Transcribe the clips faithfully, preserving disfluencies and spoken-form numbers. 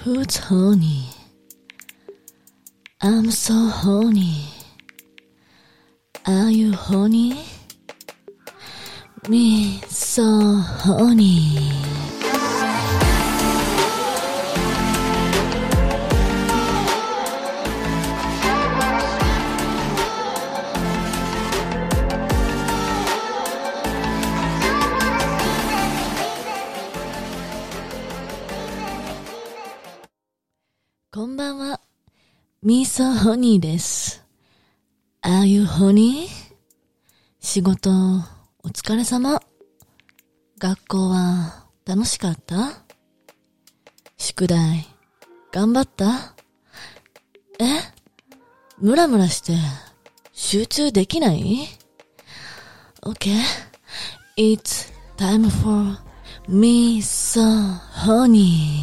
Who's horny? I'm so horny. Are you horny? Me so horny. こんばんは。ミーソーホニーです。Are you honey? 仕事お疲れ様。学校は楽しかった？宿題頑張った？え？ムラムラして集中できない？ Okay. It's time for me so honey.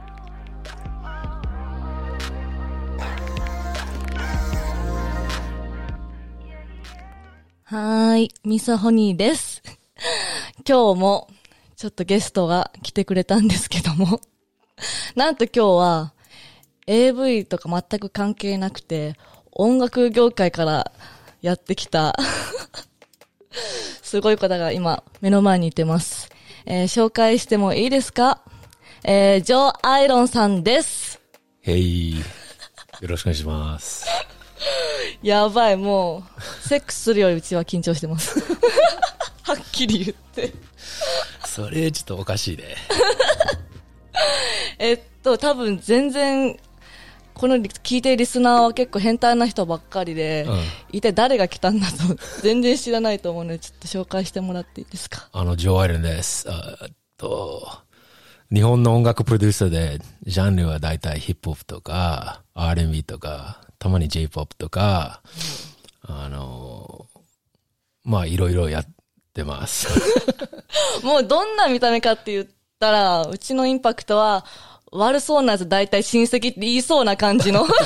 はーい、ミソホニーです。今日もちょっとゲストが来てくれたんですけども、なんと今日は エーブイ とか全く関係なくて、音楽業界からやってきたすごい方が今目の前にいてます。えー、紹介してもいいですか？えー、ジョー・アイロンさんです。 へい、よろしくお願いします。 やばい、もうセックスするよりうちは緊張してますはっきり言ってそれちょっとおかしいねえっと多分全然この聞いてるリスナーは結構変態な人ばっかりで、うん、一体誰が来たんだと全然知らないと思うのでちょっと紹介してもらっていいですか？ あのジョー・アイロンです。あと日本の音楽プロデューサーでジャンルはだいたいヒップホップとか アールエンビー とかたまに J-ポップ とか、うん、あのまあいろいろやってますもうどんな見た目かって言ったらうちのインパクトは悪そうなやつだいたい親戚って言いそうな感じのもう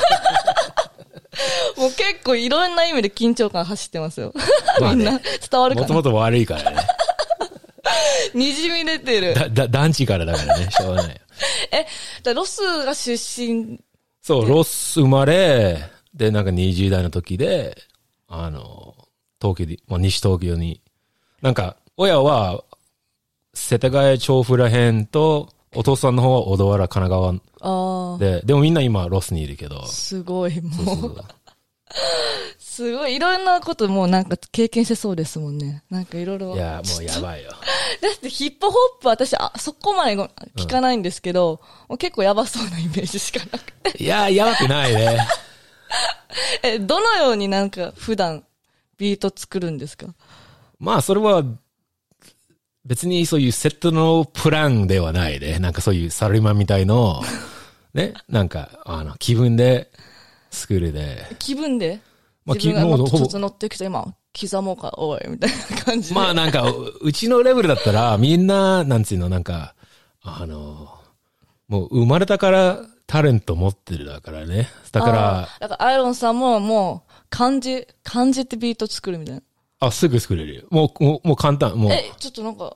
結構いろんな意味で緊張感走ってますよ、まあね、みんな伝わるかな。 もともと悪いからねにじみ出てるだだ団地からだからねしょうがないえだロスが出身そう、ロス生まれ、で、なんかにじゅう代の時で、あの、東京で、まあ、西東京に、なんか、親は、世田谷調布らへんと、お父さんの方は小田原、神奈川で、でもみんな今ロスにいるけど。 すごい、もう。そうそうそうすごい、いろんなこともうなんか経験してそうですもんね。なんかいろいろ。 いや、もうやばいよ。 だってヒップホップ私、あ、そこまで聞かないんですけど、うん、結構やばそうなイメージしかなくて。 いや、やばくないね。 え、どのようになんか普段ビート作るんですか？ まあ、それは、別にそういうセットのプランではないね。なんかそういうサラリーマンみたいの、ね、なんか、あの、気分で作るで。 気分でまあ、自分がもっとちょっと乗ってきて今刻もうかおいみたいな感じで。 まあなんかうちのレベルだったらみんななんていうのなんかあのもう生まれたからタレント持ってるだからね。だからだからアイロンさんももう漢字漢字ってビート作るみたいな。 あすぐ作れるよ。もうもうもう簡単もう。 えちょっとなんか。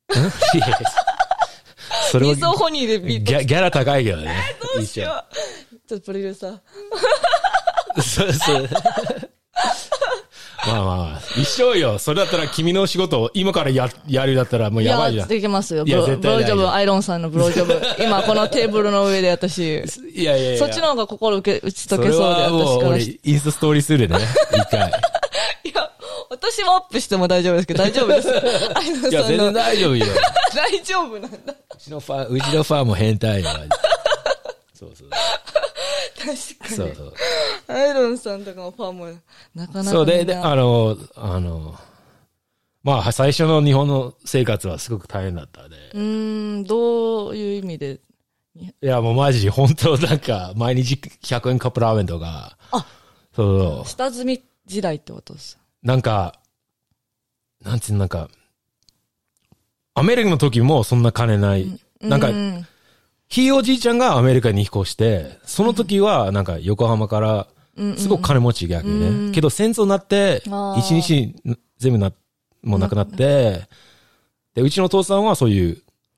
それはミソホニーでビートギャギャラ高いけどね。 どうしよう。ちょっとプロデューサー。 そうそう。まあまあ、一緒よ。それだったら君の仕事を今からや、やるだったらもうやばいじゃん。 いや、できますよ。ブロ、ブロージョブ、アイロンさんのブロージョブ。今このテーブルの上で私。 いやいやいや。 そっちの方が心受け、打ち解けそうで、私から。 もう俺、インスタストーリーするね。一回。 いや、私もアップしても大丈夫ですけど、大丈夫です。アイロンさんの。 いや、全然大丈夫よ。 大丈夫なんだ。 うちのファン、うちのファンも変態よ。そうそう。 確かに。 そうそう。 アイロンさんとかのファンもなかなか。 そうで、で、あの、あの、まあ、最初の日本の生活はすごく大変だったね。 うーん、どういう意味で？ いや、もうマジ、本当なんか、毎日ひゃくえんカップラーメンとか。 あ、 そうそう。 下積み時代ってことです。 なんか、なんていうなんか、アメリカの時もそんな金ない。うん、なんか、うんひいおじいちゃんがアメリカに引っ越して、その時はなんか横浜からすごく金持ち逆にね。うんうん、けど戦争になって、一日全部な、もうなくなって、で、うちのお父さんはそういう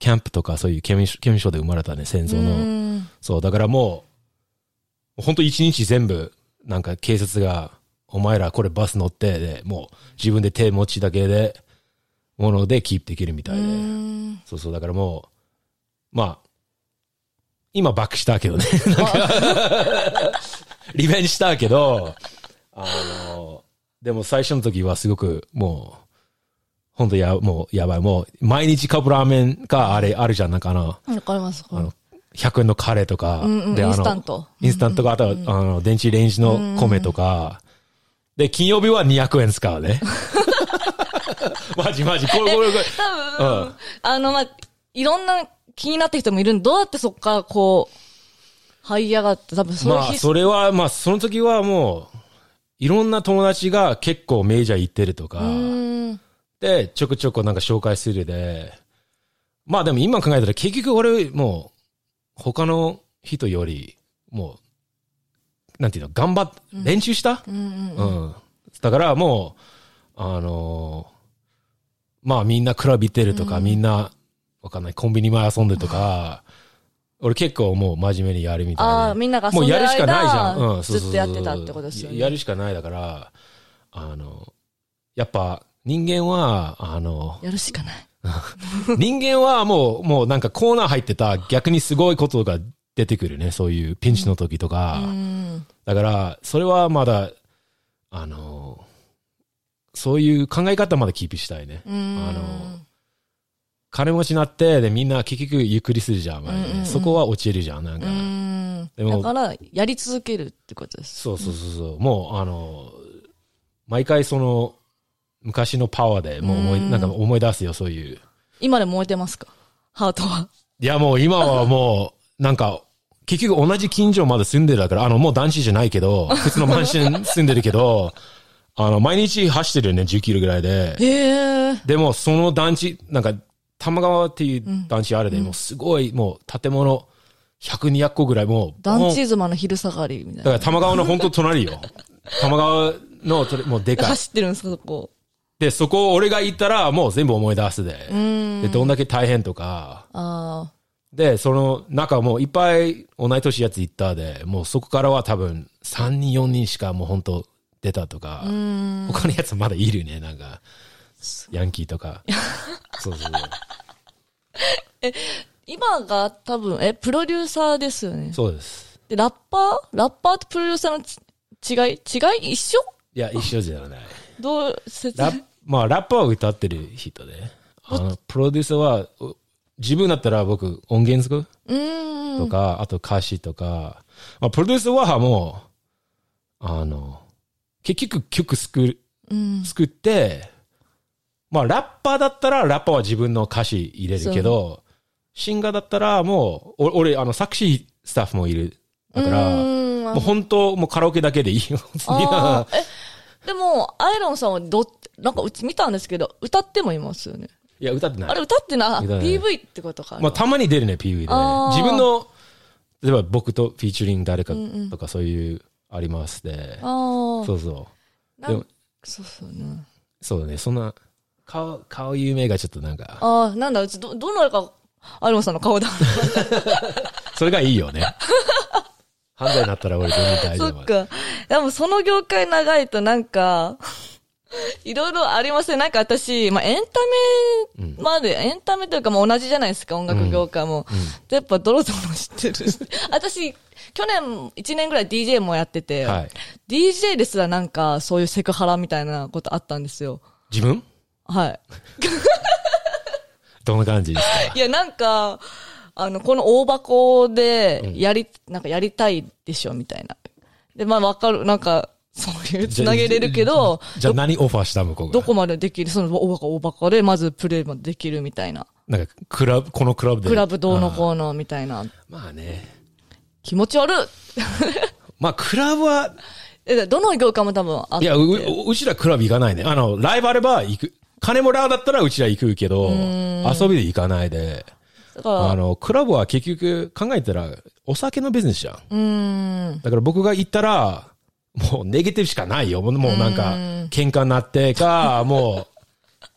キャンプとかそういう刑務所、刑務所で生まれたね、戦争の。そう、だからもう、本当一日全部、なんか警察が、お前らこれバス乗って、で、もう自分で手持ちだけで、ものでキープできるみたいで。そうそう、だからもう、まあ、今バックしたけどね。なんかリベンジしたけど、あの、でも最初の時はすごくもう、本当や、もうやばい。もう毎日カップラーメンかあれあるじゃん。なんかあの、 わかります。 あの、ひゃくえんのカレーとか、 うんうん、 で、あの、 インスタント。 インスタントか、あとは、あの、電池レンジの米とか、で、金曜日はにひゃくえん使うね。マジマジ。これこれこれ。 多分、うん、あの、まあ、いろんな気になってる人もいるんで、どうやってそっからこう、這い上がって、多分それまあ、それは、まあ、その時はもう、いろんな友達が結構メジャー行ってるとか、で、ちょくちょくなんか紹介するで、まあでも今考えたら結局俺もう、他の人より、もう、なんていうの、頑張っ、練習した、うん、うん。だからもう、あのー、まあみんなクラブ行ってるとか、うん、みんな、わかんない、コンビニ前遊んでるとか、俺結構もう真面目にやるみたいな。 ああ、みんなが遊んでる間もうやるしかないじゃん。うん、 そうそうそう。ずっとやってたってことですよね。 やるしかないだから、あの、やっぱ人間は、あの、 やるしかない。 人間はもう、もうなんかコーナー入ってた逆にすごいことが出てくるね。そういうピンチの時とか。うん、だから、それはまだ、あの、そういう考え方までキープしたいね。うん、あの、金持ちになって、で、みんな結局ゆっくりするじゃん。うんうん、そこは落ちるじゃん、なんか。うんでもだから、やり続けるってことです。 そうそうそうそう。もう、あの、毎回その、昔のパワーで、もう思い、なんか思い出すよ、そういう。 今で燃えてますかハートは。 いや、もう今はもう、なんか、結局同じ近所まで住んでるから、あの、もう団地じゃないけど、普通のマンション住んでるけど、あの、毎日走ってるよね、じゅっキロぐらいで。 へー。 でも、その団地、なんか、玉川っていう団地あるで、うん、もうすごい、もう建物ひゃく、にひゃっこぐらい、もう。 団地妻の昼下がりみたいな。 だから玉川の本当隣よ。玉川の、もうでかい。 走ってるんですか、そこ。 で、そこ俺が行ったら、もう全部思い出すで。で、どんだけ大変とか。あで、その中もういっぱい同い年やつ行ったで、もうそこからは多分さんにん、よにんしかもう本当出たとか。他のやつまだいるね、なんか。ヤンキーとか。そうそう。 え、今が多分、え、プロデューサーですよね。 そうです。 で、ラッパーラッパーとプロデューサーの違い違い一緒いや、一緒じゃない。 どう説明まあ、ラッパーは歌ってる人で。あの、プロデューサーは、自分だったら僕、音源作るとか、あと歌詞とか。まあ、プロデューサーはもう、あの、結局曲作る、作って、まあ、ラッパーだったら、ラッパーは自分の歌詞入れるけど、シンガーだったら、もう、俺、あの、作詞スタッフもいる。だから、もう本当、もうカラオケだけでいいよ。 え、でも、アイロンさんはど、なんかうち見たんですけど、歌ってもいますよね。 いや、歌ってない。 あれ、歌ってな、ピーブイ ってことか。 まあ、たまに出るね、ピーブイ で。自分の、例えば僕とフィーチュリング誰かとかそういう、ありますで。そうそう。でも、 そうそうね。 そうだね、そんな、顔、顔有名がちょっとなんか。 ああ、なんだ、うちど、どのか、アイロンさんの顔だ。 それがいいよね。犯罪になったら俺全然大丈夫。 そっか。でもその業界長いとなんか、いろいろありません。なんか私、まあ、エンタメまで、うん、エンタメというかもう同じじゃないですか、音楽業界も。うんうん、で、やっぱドロドロしてる。私、去年いちねんぐらい ディージェー もやってて、はい、ディージェー ですらなんかそういうセクハラみたいなことあったんですよ。 自分はい。 どんな感じですか？ いや、なんか、あの、この大箱で、やり、うん、なんかやりたいでしょ、みたいな。で、まあわかる、なんか、そういう、つなげれるけど。 じゃあ何オファーした向こうが？ どこまでできるその大箱、大箱で、まずプレイもできるみたいな。 なんか、クラブ、このクラブで。 クラブどうのこうの、みたいな。 まあね。 気持ち悪い。 まあ、クラブは、 え、どの業界も多分あって。 いや、う、うちらクラブ行かないね。あの、ライブあれば行く。金もらうだったらうちら行くけど、遊びで行かないで。だからあの、クラブは結局考えたら、お酒のビジネスじゃん。うん。だから僕が行ったら、もうネガティブしかないよ。もうなんか、喧嘩になってか、もう、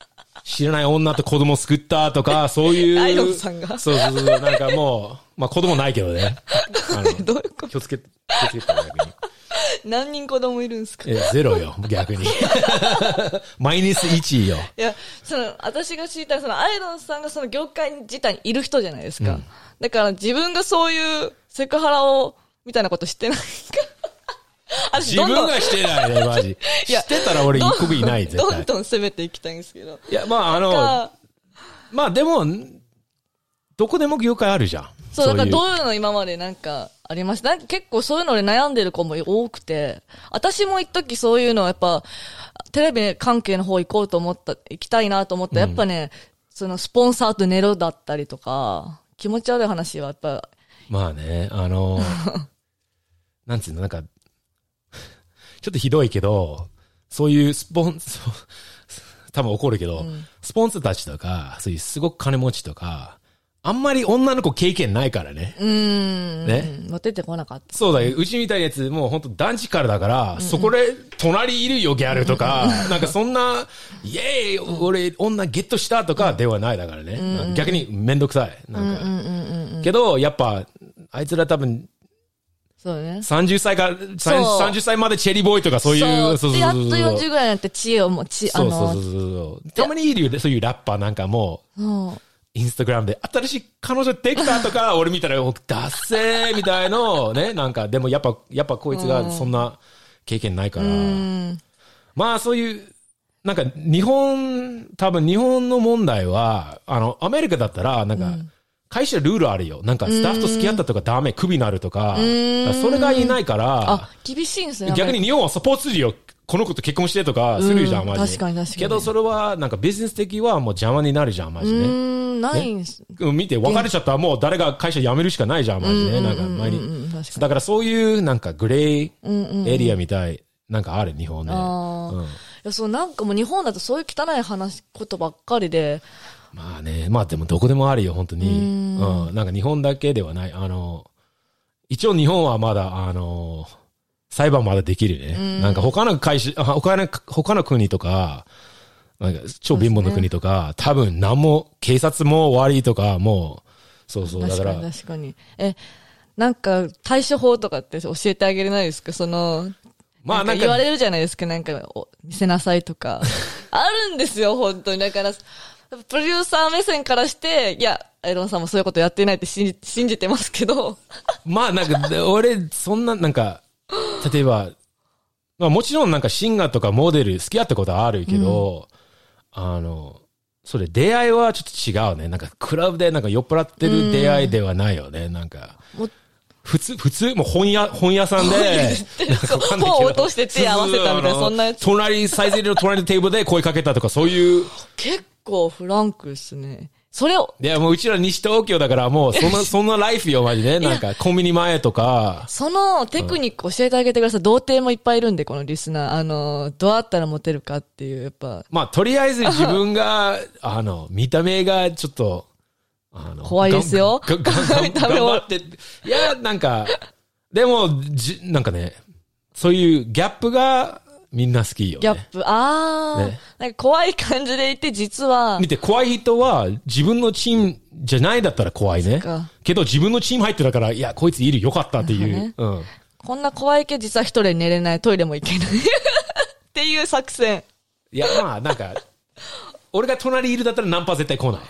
知らない女と子供救ったとか、そういう。 アイロンさんがそうそうそう。なんかもう、まあ子供ないけどね。あのどういうこと気をつけ、気をつけて逆に。 何人子供いるんですか？ いや、ゼロよ、逆に。マイナスいちよ。 いや、その、私が知りたい、その、アイロンさんがその業界自体にいる人じゃないですか。うん、だから自分がそういうセクハラを、みたいなことしてないか。 自分がしてないね、マジ。知ってたら俺一国いない、絶対。 どんどん攻めていきたいんですけど。 いや、まああの、まあでも、どこでも業界あるじゃん。 そう、だからどういうの今までなんかありました？なんか結構そういうので悩んでる子も多くて、私も一時そういうのはやっぱ、テレビ関係の方行こうと思った、行きたいなと思った、うん、やっぱね、そのスポンサーとネロだったりとか、気持ち悪い話はやっぱ。 まあね、あの、なんつうの、なんか、ちょっとひどいけど、そういうスポン、多分怒るけど、うん、スポンサーたちとか、そういうすごく金持ちとか、あんまり女の子経験ないからね。 うーん。ね。モテてこなかった。 そうだよ。うちみたいなやつ、もうほんと団地からだから、うんうん、そこで隣いるよギャルとか、うんうん、なんかそんな、イエーイ俺女ゲットしたとかではないだからね。うんうん、逆にめんどくさい。なんか。うんうんうんうん、けど、やっぱ、あいつら多分、 そうね。 さんじゅっさいから、さんじゅっさいまでチェリーボーイとかそういう。 そうそうそうそう。やっとよんじゅうぐらいになって知恵をも、知、あの。 そうそうそうそう。たまにいるよね、そういうラッパーなんかもう。うんインスタグラムで新しい彼女できたとか、俺見たら、ダッセーみたいのね、なんか、でもやっぱ、やっぱこいつがそんな経験ないから。まあそういう、なんか日本、多分日本の問題は、あの、アメリカだったら、なんか、会社ルールあるよ。なんかスタッフと付き合ったとかダメ、クビになるとか、それがいないから、 あ、厳しいんですね。 逆に日本はサポートするよ。この子と結婚してとかするじゃん、マジで。 確かに確かに。 けどそれは、なんかビジネス的はもう邪魔になるじゃん、マジで。うん、ないんす。 ね、見て、別れちゃったらもう誰が会社辞めるしかないじゃん、マジで。なんか前に。だからそういうなんかグレーエリアみたい、なんかある、日本で。 あうん、いや、そう、なんかもう日本だとそういう汚い話、ことばっかりで。 まあね、まあでもどこでもあるよ、本当に。うん、うん。なんか日本だけではない。あの、一応日本はまだ、あの、裁判まだできるね。うん、なんか他の会社、他の、他の国とか、なんか超貧乏の国とか、ね、多分何も、警察も悪いとか、もう、そうそう、だから。 確かに確かに。え、なんか対処法とかって教えてあげれないですか？その、まあなんか言われるじゃないですか、なんか、見せなさいとか。あるんですよ、本当に。だから、プロデューサー目線からして、いや、アイロンさんもそういうことやってないって信じ、信じてますけど。 まあなんか、俺、そんな、なんか、例えば、まあもちろんなんかシンガーとかモデル付き合ったことはあるけど、うん、あの、それ出会いはちょっと違うね。なんかクラブでなんか酔っ払ってる出会いではないよね。なんか、普通、普通、もう本屋、本屋さんで、 本を落として手合わせたみたいな、そんなやつ。 隣、サイゼリの隣のテーブルで声かけたとかそういう。 結構フランクっすね。それを。 いや、もううちら西東京だからもう、そんな、そんなライフよ、マジで。なんか、コンビニ前とか。 そのテクニック教えてあげてください。うん、童貞もいっぱいいるんで、このリスナー。あの、どうやったらモテるかっていう、やっぱ。 まあ、とりあえず自分が、あの、見た目がちょっと、あの、 怖いですよ。 が、が、が、見た目頑張って。いや、なんか、でも、じ、なんかね、そういうギャップが、みんな好きよ、ね。 ギャップ、あー、ね。なんか怖い感じでいて、実は。 見て、怖い人は、自分のチームじゃないだったら怖いね。けど、自分のチーム入ってたから、いや、こいついる、よかったっていう。ね、うん。 こんな怖いけど、実は一人で寝れない、トイレも行けない。っていう作戦。 いや、まあ、なんか、俺が隣いるだったらナンパ絶対来ない。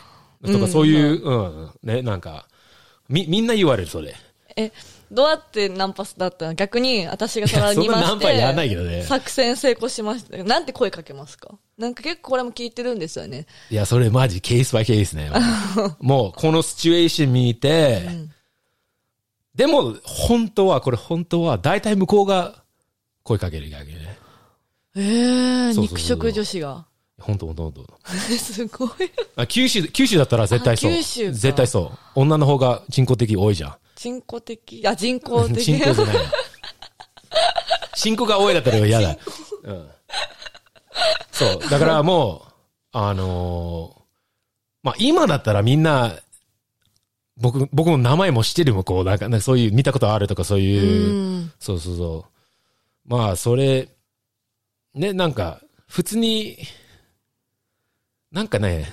とか、そういう、うん、うん、ね、なんか、み、みんな言われる、それ。 え、どうやってナンパだったの？逆に私が隣にいまして。 そんなナンパやらないけどね。 作戦成功しました。なんて声かけますか？なんか結構これも聞いてるんですよね。 いや、それマジケースバイケースね。もうこのシチュエーション見て、うん、でも本当は、これ本当は大体向こうが声かける逆にね。 えー、そうそうそう肉食女子が。 本当本当本当。 すごい。 あ、九州、九州だったら絶対そう。 九州か。 絶対そう。女の方が人工的多いじゃん。 人工的あ、人工的。 人工じゃない。人工が多いだったら嫌だ。うん。そう。だからもう、あのー、まあ、今だったらみんな、僕、僕も名前も知ってるもん、こう、なんか、なんかそういう見たことあるとかそういう、うそうそうそう。まあ、それ、ね、なんか、普通に、 なんかね、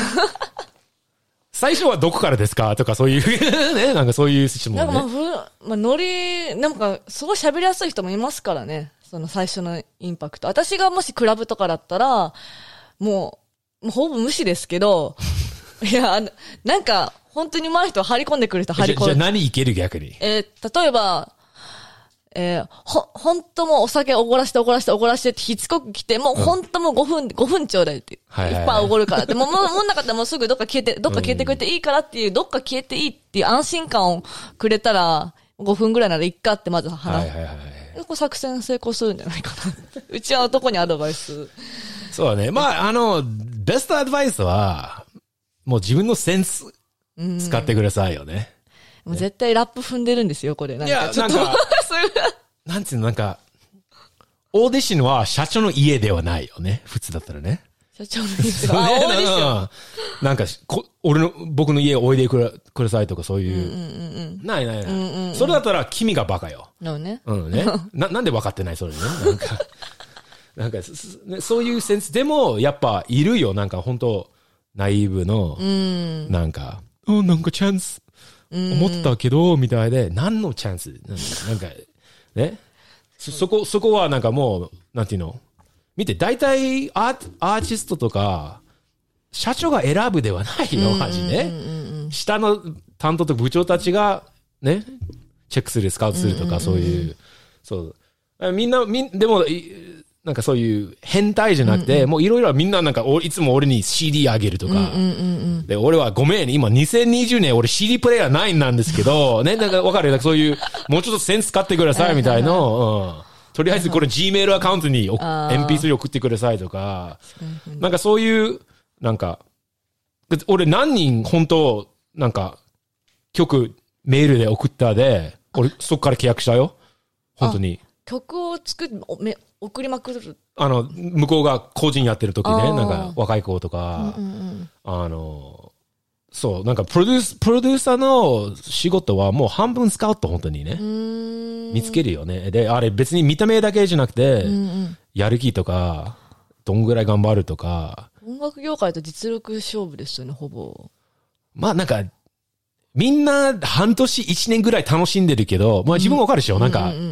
最初はどこからですかとかそういうね、なんかそういう質問ね。 なんかまあ、ふまあ、ノリ、なんか、すごい喋りやすい人もいますからね。その最初のインパクト。私がもしクラブとかだったら、もう、もうほぼ無視ですけど、いや、なんか、本当に上手い人は張り込んでくる人張り込んで。 じゃ、じゃあ何いける逆に。 えー、例えば、えー、ほ、ほんともうお酒おごらしておごらしておごらしてってしつこく来て、もうほんともうごふん、ごふんちょうだいって。 はいはいはいいっぱいおごるからって。もう、もう、もうなかったらもうすぐどっか消えて、どっか消えてくれていいからっていう、どっか消えていいっていう安心感をくれたら、ごふんぐらいならいっかってまず話す。 はいはいはい。 こう作戦成功するんじゃないかな。うちは男にアドバイス。 そうだね。まあ、あの、ベストアドバイスは、もう自分のセンス使ってくださいよね。 もう絶対ラップ踏んでるんですよ、これ。なんかちょっと。 いや、なんか、なんつうの、なんか、オーディションは社長の家ではないよね。普通だったらね。 社長の家では、あ、オーディション。 なんかこ、俺の、僕の家おいでくだくださいとかそういう。うんうんうん、ないないない、うんうんうん。それだったら君がバカよ。 のね。 うんね。な、なんで分かってないそれね。なんか、なんか、そういうセンスでも、やっぱいるよ。なんか本当ナイーブの、うん、なんか、あ、なんかチャンス、思ったけど、みたいで、何のチャンスなんか、ね。そ、そこ、そこはなんかもう、なんていうの見て、大体アー、アーティストとか、社長が選ぶではないよ、マジね。下の担当と部長たちが、ね、チェックする、スカウトするとか、そういう、そう。みんな、みん、でも、なんかそういう変態じゃなくて、うんうん、もういろいろみんななんか、いつも俺に シーディー あげるとか、うんうんうん、で、俺はごめん、今にせんにじゅうねん俺 シーディー プレイヤーないんなんですけど、ね、なんかわかるなんかそういう、もうちょっとセンス使ってくださいみたいの、うん、とりあえずこれ Gmail アカウントに エムピースリー 送ってくださいとか、なんかそういう、なんか、俺何人本当、なんか、曲メールで送ったで、俺そっから契約したよ。本当に。 曲を作る、め、送りまくる。 あの、向こうが個人やってる時ね、なんか若い子とか、うんうんうん、あの、そう、なんかプロデュース、プロデューサーの仕事はもう半分スカウト本当にね、見つけるよね。で、あれ別に見た目だけじゃなくて、うんうん、やる気とか、どんぐらい頑張るとか。 音楽業界と実力勝負ですよね、ほぼ。 まあなんか、みんな半年一年ぐらい楽しんでるけど、まあ自分わかるでしょ、うん、なんか、うんうんうん、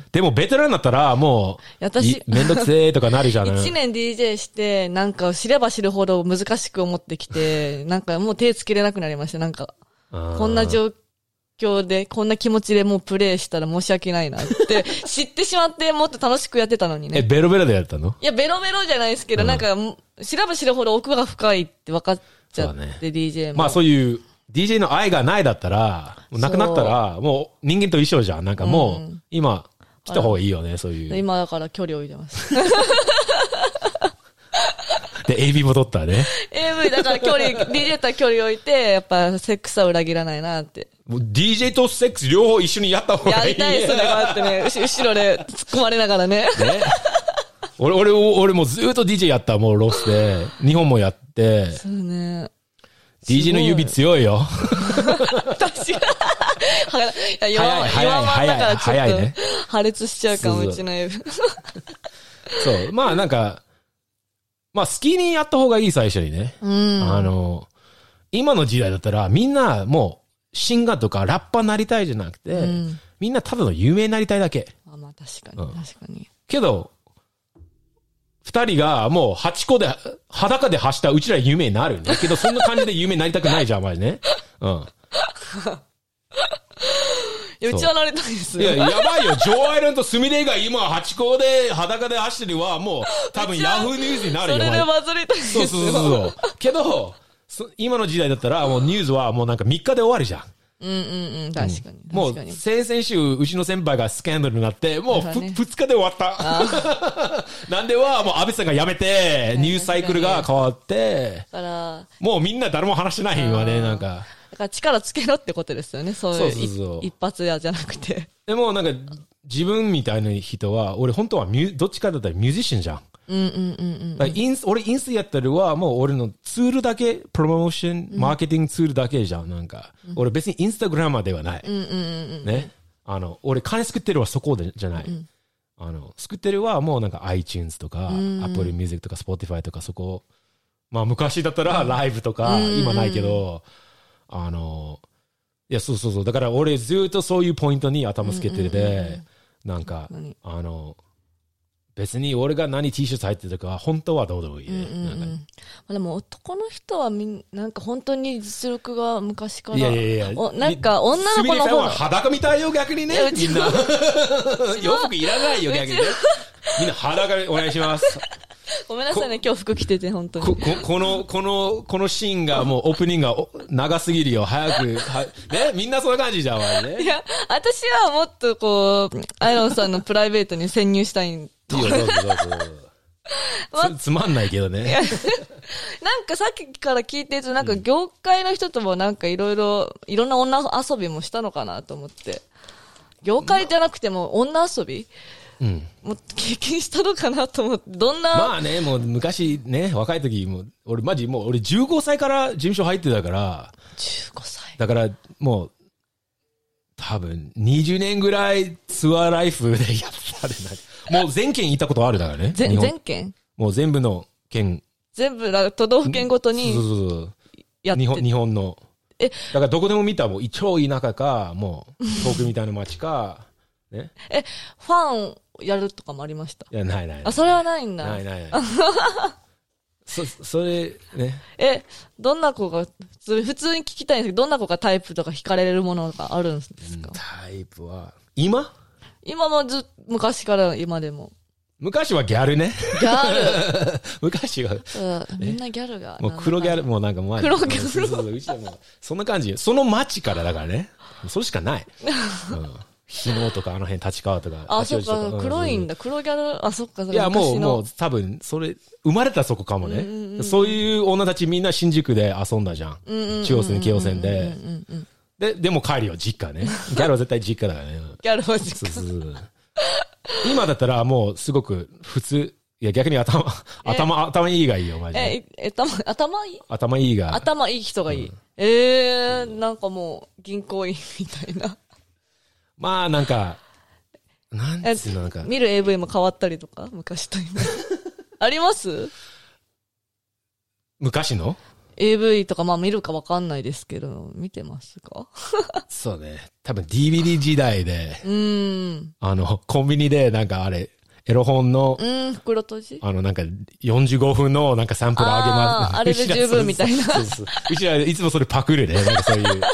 でもベテランだったらもう、私、めんどくせーとかなるじゃない。 一年 ディージェー して、なんか知れば知るほど難しく思ってきて、なんかもう手つけれなくなりました。なんか、こんな状況で、こんな気持ちでもうプレイしたら申し訳ないなって知ってしまってもっと楽しくやってたのにね。 え、ベロベロでやったの？ いや、ベロベロじゃないですけど、うん、なんか、知れば知るほど奥が深いって分かっちゃって、ね、ディージェー も。 まあそういう、ディージェー の愛がないだったら、もうなくなったら、もう人間と一緒じゃん。なんかもう、今、来た方がいいよね、そういう。 今だから距離を置いてます。 で、エービー も取ったね。 エーブイ だから距離、ディージェー とは距離を置いて、やっぱセックスは裏切らないなって。 もう ディージェー とセックス両方一緒にやった方がいい。 やりたいですね、こうやってね。後ろで突っ込まれながらね。ね俺、俺、俺もずっと ディージェー やった、もうロスで。日本もやって。 そうね。 ディージェー の指強いよ。 確かに。早い、早い、早い、早いね。破裂しちゃうかも、うちの指。 そう。まあなんか、まあ好きにやった方がいい、最初にね。うん、あの、今の時代だったらみんなもうシンガーとかラッパーになりたいじゃなくて、うん、みんなただの有名になりたいだけ。 あ、まあ確かに、うん、確かに。 けど、二人がもう八個で、裸で走ったらうちら有名になるね。けどそんな感じで有名になりたくないじゃん、マジね。うん。 いや、うちはなりたいですよ。 いや、やばいよ。ジョー・アイランド・スミレが今八個で裸で走ってるはもう多分ヤフーニュースになるよ。 それでバズりたいですよ。 そうそうそう。けど、今の時代だったらもうニュースはもうなんか三日で終わるじゃん。 うんうんうん、確かに。 もう、先々週、うちの先輩がスキャンダルになって、もうふ、ね、二日で終わった。なんでは、もう安倍さんが辞めて、ニュースサイクルが変わって、だからもうみんな誰も話してないよね、なんか。 だから力つけろってことですよね、そういう。そうそうそう一発やじゃなくて。 でもなんか、自分みたいな人は、俺本当はミュどっちかだったらミュージシャンじゃん。うんうんうんうん。インス、俺インスやってるはもう俺のツールだけ、プロモーション、マーケティングツールだけじゃん、なんか。うん、俺別にインスタグラマーではない。うんうんうんうん。ね。あの、俺金作ってるはそこでじゃない。うん、あの、作ってるはもうなんか iTunes とか、うん、Apple Music とか Spotify とかそこまあ昔だったらライブとか、今ないけど、あの、いや、そうそうそう。だから俺ずっとそういうポイントに頭つけてて、なんか、あの、別に俺が何 T シャツ入ってるかは本当はどうでもいいね。うんうんうん、 なんかでも男の人はみんなんか本当に実力が昔から。いやいやいや。 おなんか女の子の方すみれさんは裸みたいよ、逆にね。みんな。洋服いらないよ、逆にね。みんな裸お願いします。 ごめんなさいね、今日服着てて、本当に。 こ、ここの、この、このシーンがもうオープニングが長すぎるよ。早く、は、ねみんなそんな感じじゃん、ね。 いや、私はもっとこう、アイロンさんのプライベートに潜入したい。いいよ、 どうぞどうぞ。ま、つ, つまんないけどね。 なんかさっきから聞いてると、なんか業界の人ともなんかいろいろ、いろんな女遊びもしたのかなと思って。業界じゃなくても女遊び、うん、もう経験したのかなと思って、どんな。 まあね、もう昔ね、若い時も、俺マジもう俺じゅうごさいから事務所入ってたから。 じゅうごさい。 だからもう、多分にじゅうねんぐらいツアーライフでやったでない。もう全県行ったことあるだからね。 全、全県もう全部の県。 全部、都道府県ごとに。 そうそうそう。やって日本、日本の。え、だからどこでも見たらもう超田舎か、もう東京みたいな街か、ね。 え、ファンやるとかもありました？ いや、ないないない。 あ、それはないんだ。 ないないない。そ、それ、ね。 え、どんな子が、普通に聞きたいんですけど、どんな子がタイプとか惹かれるものがあるんですか？ タイプは、今今もず、昔から今でも。 昔はギャルね。 ギャル昔は、 うん。みんなギャルが。 もう黒ギャル、もうなんかもう。 黒ギャル。 そうそうそう。うちはもう、そんな感じ。その街からだからね。それしかない。うん日野とかあの辺立川とか。 あ、そっか、黒いんだ。黒ギャル、あ、そっか、 いや、もう、もう、多分、それ、生まれたそこかもね。うんうんうん、そういう女たちみんな新宿で遊んだじゃん。中央線、京王線で。で、でも帰るよ、実家ね。ギャルは絶対実家だからね。 ギャルは実家。そうそう今だったらもう、すごく、普通、いや、逆に頭、頭、頭いいがいいよ、マジで。 え、頭、頭いい頭いいが。 頭いい人がいい。うん、ええー、なんかもう、銀行員みたいな。 まあ、なんか、なんつうの、なんか。 見る エーブイ も変わったりとか昔と今。あります昔のエーブイ とかまあ見るかわかんないですけど、見てますかそうね。多分 ディーブイディー 時代で、 うん。 あの、コンビニでなんかあれ、エロ本の、 うん、袋閉じあの、なんか、よんじゅうごふんのなんかサンプルあげます。 ああ、あれで十分みたいな。 そうそう。うちらいつもそれパクるね。なんかそういう。ね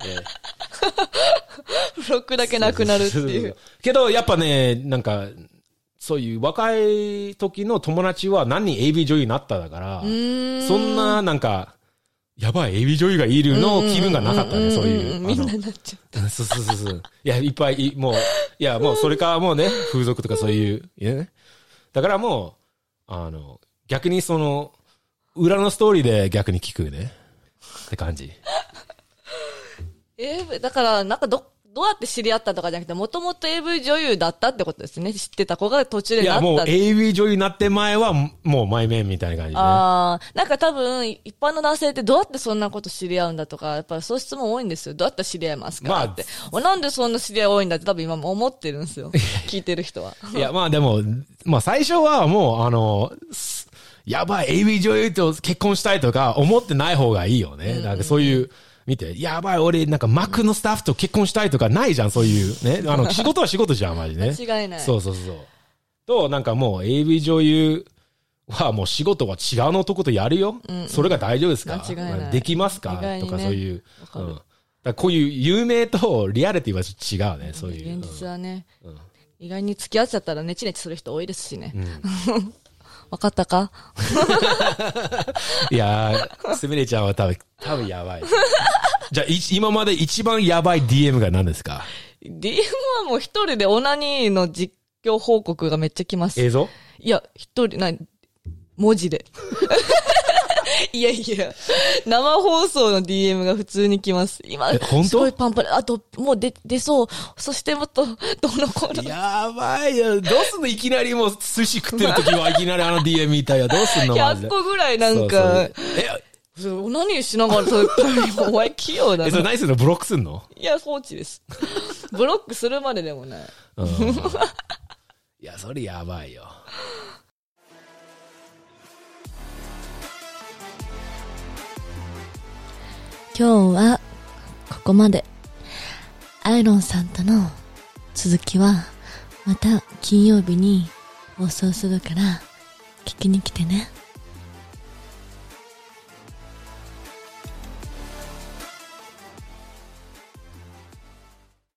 ブロックだけなくなるっていう。 けど、やっぱね、なんか、そういう若い時の友達は何人 エービー 女優になっただから、そんななんか、やばい エービー 女優がいるの気分がなかったね、そういう。 みんななっちゃった。 そうそうそうそう。いや、いっぱい、もう、いや、もうそれかもうね、風俗とかそういう、いやね。だからもう、あの、逆にその、裏のストーリーで逆に聞くね。って感じ。 エーブイ、だから、なんかど、どうやって知り合ったとかじゃなくて、もともと エーブイ 女優だったってことですね。知ってた子が途中でなった。 いや、もう エーブイ 女優になって前は、もう前面みたいな感じで、ね。 ああ、なんか多分、一般の男性ってどうやってそんなこと知り合うんだとか、やっぱりそういう質問多いんですよ。どうやって知り合いますかって。まあ、なんでそんな知り合い多いんだって多分今も思ってるんですよ。聞いてる人は。 いや、まあでも、まあ最初はもう、あの、やばい、エーブイ 女優と結婚したいとか思ってない方がいいよね。うんうん、なんかそういう、見て、やばい、俺、なんか、マックのスタッフと結婚したいとかないじゃん、そういうね。あの、仕事は仕事じゃん、マジね。 間違いない。 そうそうそう。と、なんかもう、エーブイ 女優はもう仕事は違うの男とやるよ。うんうん、それが大丈夫ですか？ 間違いない。 できますか、 ね、 とかそういう。うん。だこういう有名とリアリティは違うね、そういう。 現実はね。うん、意外に付き合っちゃったらネチネチする人多いですしね。うんわかったかいやー、すみれちゃんは多分、多分やばい。じゃあ、今まで一番やばい ディーエム が何ですか？ ディーエム はもう一人でオナニーの実況報告がめっちゃ来ます。 映像？ いや、一人、な、文字で。いやいや、生放送の ディーエム が普通に来ます。今、すごいパンパン、あと、もう出、出そう。そしてもっと、どの子の。 やばいよ。どうすんのいきなりもう寿司食ってる時はいきなりあの ディーエム 見たよ。どうすんのひゃっこぐらいなんか。そうそうえ、何しながら、お前器用だな。 え、それ何すんのブロックすんの？ いや、放置です。ブロックするまででもない。うん、 いや、それやばいよ。 今日はここまで。アイロンさんとの続きはまた金曜日に放送するから聞きに来てね。